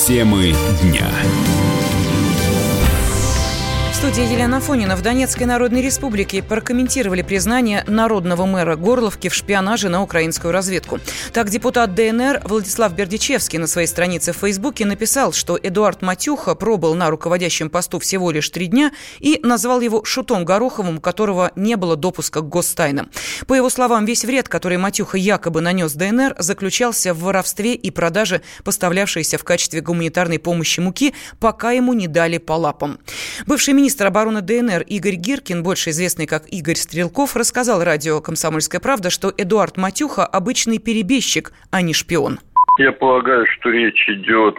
Темы дня. В студии Елена Афонина. В Донецкой Народной Республике прокомментировали признание народного мэра Горловки в шпионаже на украинскую разведку. Так, депутат ДНР Владислав Бердичевский на своей странице в Фейсбуке написал, что Эдуард Матюха пробыл на руководящем посту всего лишь 3 дня и назвал его шутом Гороховым, у которого не было допуска к гостайнам. По его словам, весь вред, который Матюха якобы нанес ДНР, заключался в воровстве и продаже поставлявшейся в качестве гуманитарной помощи муки, пока ему не дали по лапам. Бывший министр обороны ДНР Игорь Гиркин, больше известный как Игорь Стрелков, рассказал радио «Комсомольская правда», что Эдуард Матюха – обычный перебежчик, а не шпион. Я полагаю, что речь идет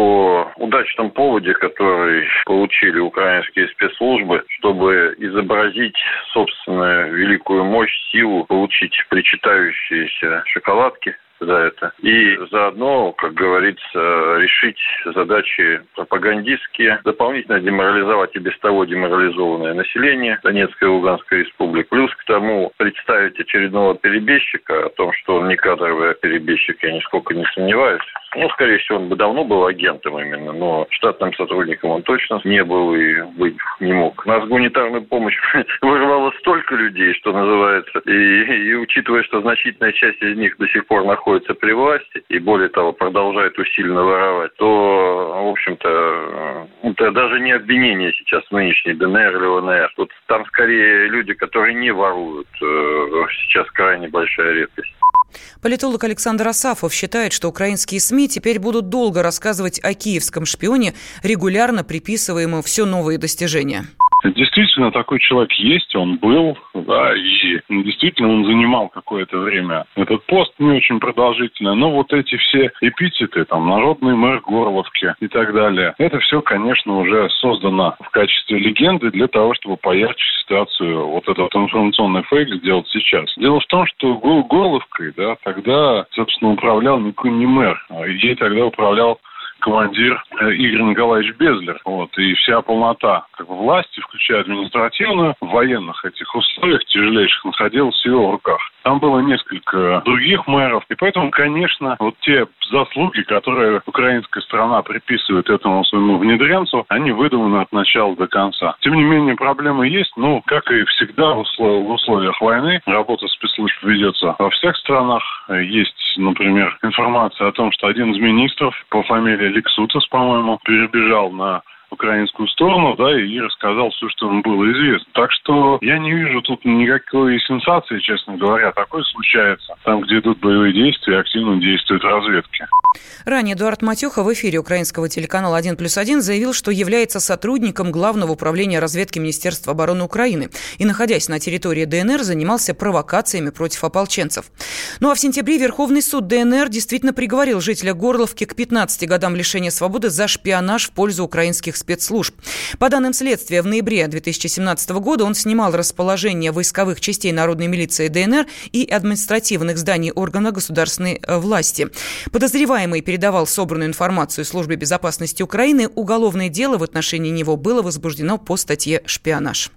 о удачном поводе, который получили украинские спецслужбы, чтобы изобразить собственную великую мощь, силу, получить причитающиеся шоколадки за это. И заодно, как говорится, решить задачи пропагандистские, дополнительно деморализовать и без того деморализованное население Донецкой и Луганской республик. Плюс к тому представить очередного перебежчика, о том, что он не кадровый перебежчик, я нисколько не сомневаюсь. Скорее всего, он бы давно был агентом именно, но штатным сотрудником он точно не был и быть не мог. Нас гуманитарную помощь вырвало столько людей, что называется, и учитывая, что значительная часть из них до сих пор находится при власти, и более того, продолжает усиленно воровать, то, в общем-то, это даже не обвинение сейчас в нынешней ДНР или ЛНР. Тут там скорее люди, которые не воруют, сейчас крайне большая редкость. Политолог Александр Асафов считает, что украинские СМИ теперь будут долго рассказывать о киевском шпионе, регулярно приписываемому все новые достижения. Действительно, такой человек есть, он был, да, и действительно он занимал какое-то время этот пост, не очень продолжительно, но вот эти все эпитеты, там, народный мэр Горловки и так далее, это все, конечно, уже создано в качестве легенды для того, чтобы поярче ситуацию, вот этот информационный фейк сделать сейчас. Дело в том, что Горловкой, да, тогда, собственно, управлял никакой не мэр, а ей тогда управлял командир Игорь Николаевич Безлер. И вся полнота власти, включая административную, в военных этих условиях тяжелейших находилась в его руках. Там было несколько других мэров, и поэтому, конечно, вот те заслуги, которые украинская страна приписывает этому своему внедренцу, они выдуманы от начала до конца. Тем не менее, проблемы есть, как и всегда в условиях войны, работа спецслужб ведется во всех странах. Есть, например, информация о том, что один из министров по фамилии Лексутас, по-моему, перебежал на украинскую сторону, да, и рассказал все, что ему было известно. Так что я не вижу тут никакой сенсации, честно говоря. Такое случается там, где идут боевые действия, активно действуют разведки. Ранее Эдуард Матюха в эфире украинского телеканала «1+1» заявил, что является сотрудником Главного управления разведки Министерства обороны Украины и, находясь на территории ДНР, занимался провокациями против ополченцев. А в сентябре Верховный суд ДНР действительно приговорил жителя Горловки к 15 годам лишения свободы за шпионаж в пользу украинских спецслужб. По данным следствия, в ноябре 2017 года он снимал расположение войсковых частей народной милиции ДНР и административных зданий органов государственной власти. Подозреваемый передавал собранную информацию Службе безопасности Украины. Уголовное дело в отношении него было возбуждено по статье «Шпионаж».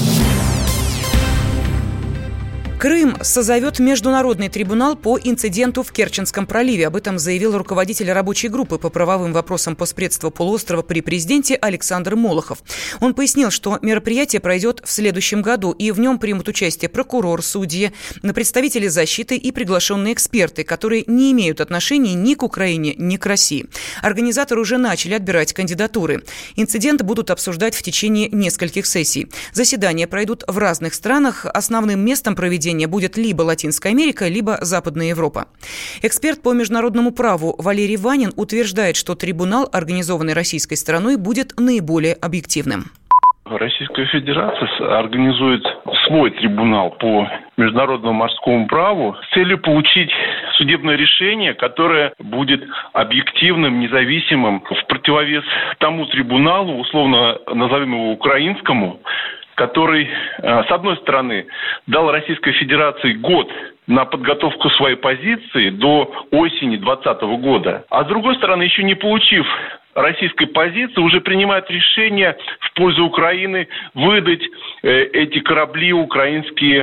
Крым созовет международный трибунал по инциденту в Керченском проливе. Об этом заявил руководитель рабочей группы по правовым вопросам постпредства полуострова при президенте Александр Молохов. Он пояснил, что мероприятие пройдет в следующем году, и в нем примут участие прокурор, судьи, представители защиты и приглашенные эксперты, которые не имеют отношения ни к Украине, ни к России. Организаторы уже начали отбирать кандидатуры. Инцидент будут обсуждать в течение нескольких сессий. Заседания пройдут в разных странах. Основным местом проведения будет либо Латинская Америка, либо Западная Европа. Эксперт по международному праву Валерий Ванин утверждает, что трибунал, организованный российской стороной, будет наиболее объективным. Российская Федерация организует свой трибунал по международному морскому праву с целью получить судебное решение, которое будет объективным, независимым, в противовес тому трибуналу, условно назовем его украинскому, который, с одной стороны, дал Российской Федерации год на подготовку своей позиции до осени 2020 года, а с другой стороны, еще не получив российской позиции уже принимает решение в пользу Украины выдать эти корабли украинские,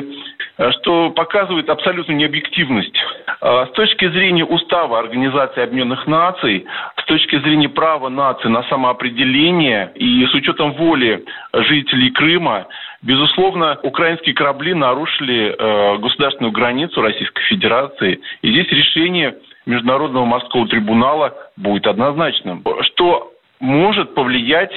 что показывает абсолютную необъективность. С точки зрения устава Организации Объединенных Наций, с точки зрения права нации на самоопределение и с учетом воли жителей Крыма, безусловно, украинские корабли нарушили государственную границу Российской Федерации. И здесь решение Международного морского трибунала будет однозначным, что может повлиять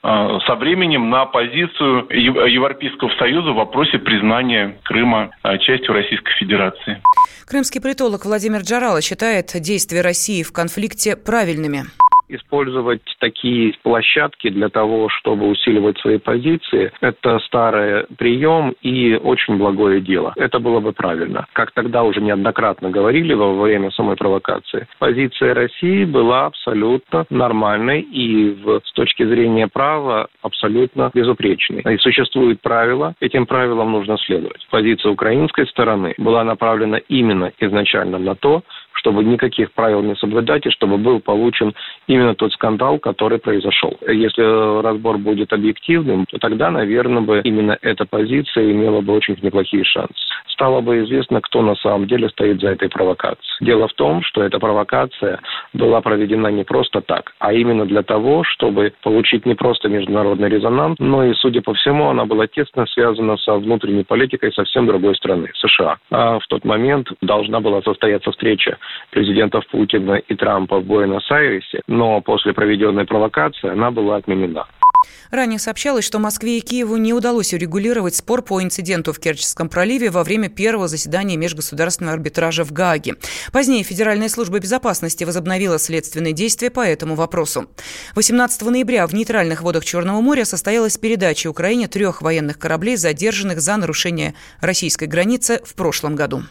со временем на позицию Европейского Союза в вопросе признания Крыма частью Российской Федерации. Крымский политолог Владимир Джарало считает действия России в конфликте правильными. Использовать такие площадки для того, чтобы усиливать свои позиции, это старый прием и очень благое дело. Это было бы правильно. Как тогда уже неоднократно говорили во время самой провокации, позиция России была абсолютно нормальной и с точки зрения права абсолютно безупречной. И существуют правила, этим правилам нужно следовать. Позиция украинской стороны была направлена именно изначально на то, чтобы никаких правил не соблюдать и чтобы был получен именно тот скандал, который произошел. Если разбор будет объективным, то тогда, наверное, бы именно эта позиция имела бы очень неплохие шансы. Стало бы известно, кто на самом деле стоит за этой провокацией. Дело в том, что эта провокация была проведена не просто так, а именно для того, чтобы получить не просто международный резонанс, но и, судя по всему, она была тесно связана со внутренней политикой совсем другой страны, США. А в тот момент должна была состояться встреча президентов Путина и Трампа в Буэнос-Айресе, но после проведенной провокации она была отменена. Ранее сообщалось, что Москве и Киеву не удалось урегулировать спор по инциденту в Керченском проливе во время первого заседания межгосударственного арбитража в Гааге. Позднее Федеральная служба безопасности возобновила следственные действия по этому вопросу. 18 ноября в нейтральных водах Черного моря состоялась передача Украине 3 военных кораблей, задержанных за нарушение российской границы в прошлом году.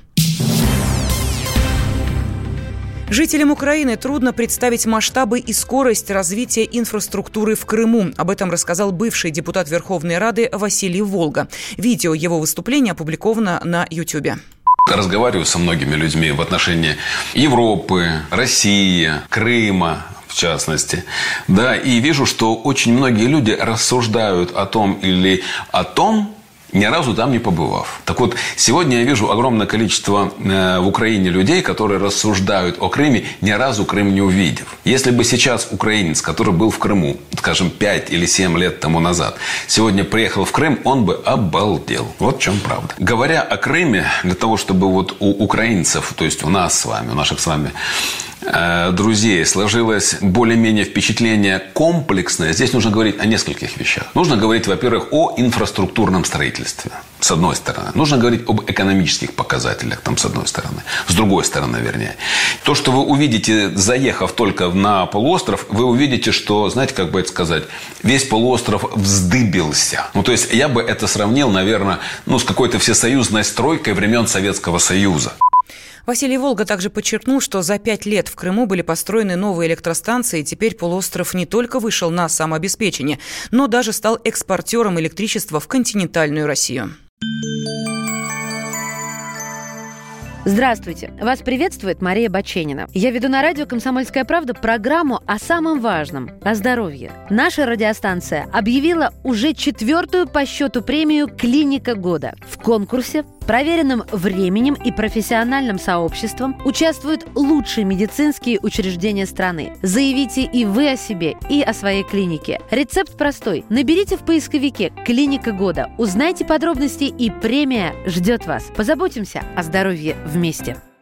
Жителям Украины трудно представить масштабы и скорость развития инфраструктуры в Крыму. Об этом рассказал бывший депутат Верховной Рады Василий Волга. Видео его выступления опубликовано на YouTube. Разговариваю со многими людьми в отношении Европы, России, Крыма, в частности. Да, и вижу, что очень многие люди рассуждают о том или о том, ни разу там не побывав. Так вот, сегодня я вижу огромное количество в Украине людей, которые рассуждают о Крыме, ни разу Крым не увидев. Если бы сейчас украинец, который был в Крыму, скажем, 5 или 7 лет тому назад, сегодня приехал в Крым, он бы обалдел. Вот в чем правда. Говоря о Крыме, для того, чтобы вот у украинцев, то есть у нас с вами, у наших с вами друзей сложилось более-менее впечатление комплексное, здесь нужно говорить о нескольких вещах. Нужно говорить, во-первых, о инфраструктурном строительстве, с одной стороны. Нужно говорить об экономических показателях, там, с одной стороны. С другой стороны, вернее. То, что вы увидите, заехав только на полуостров, вы увидите, что, знаете, как бы это сказать, весь полуостров вздыбился. Ну, то есть, я бы это сравнил, наверное, с какой-то всесоюзной стройкой времен Советского Союза. Василий Волга также подчеркнул, что за 5 лет в Крыму были построены новые электростанции, и теперь полуостров не только вышел на самообеспечение, но даже стал экспортером электричества в континентальную Россию. Здравствуйте! Вас приветствует Мария Баченина. Я веду на радио «Комсомольская правда» программу о самом важном – о здоровье. Наша радиостанция объявила уже 4-ю по счету премию «Клиника года». В конкурсе, проверенным временем и профессиональным сообществом, участвуют лучшие медицинские учреждения страны. Заявите и вы о себе, и о своей клинике. Рецепт простой. Наберите в поисковике «Клиника года», узнайте подробности, и премия ждет вас. Позаботимся о здоровье вместе.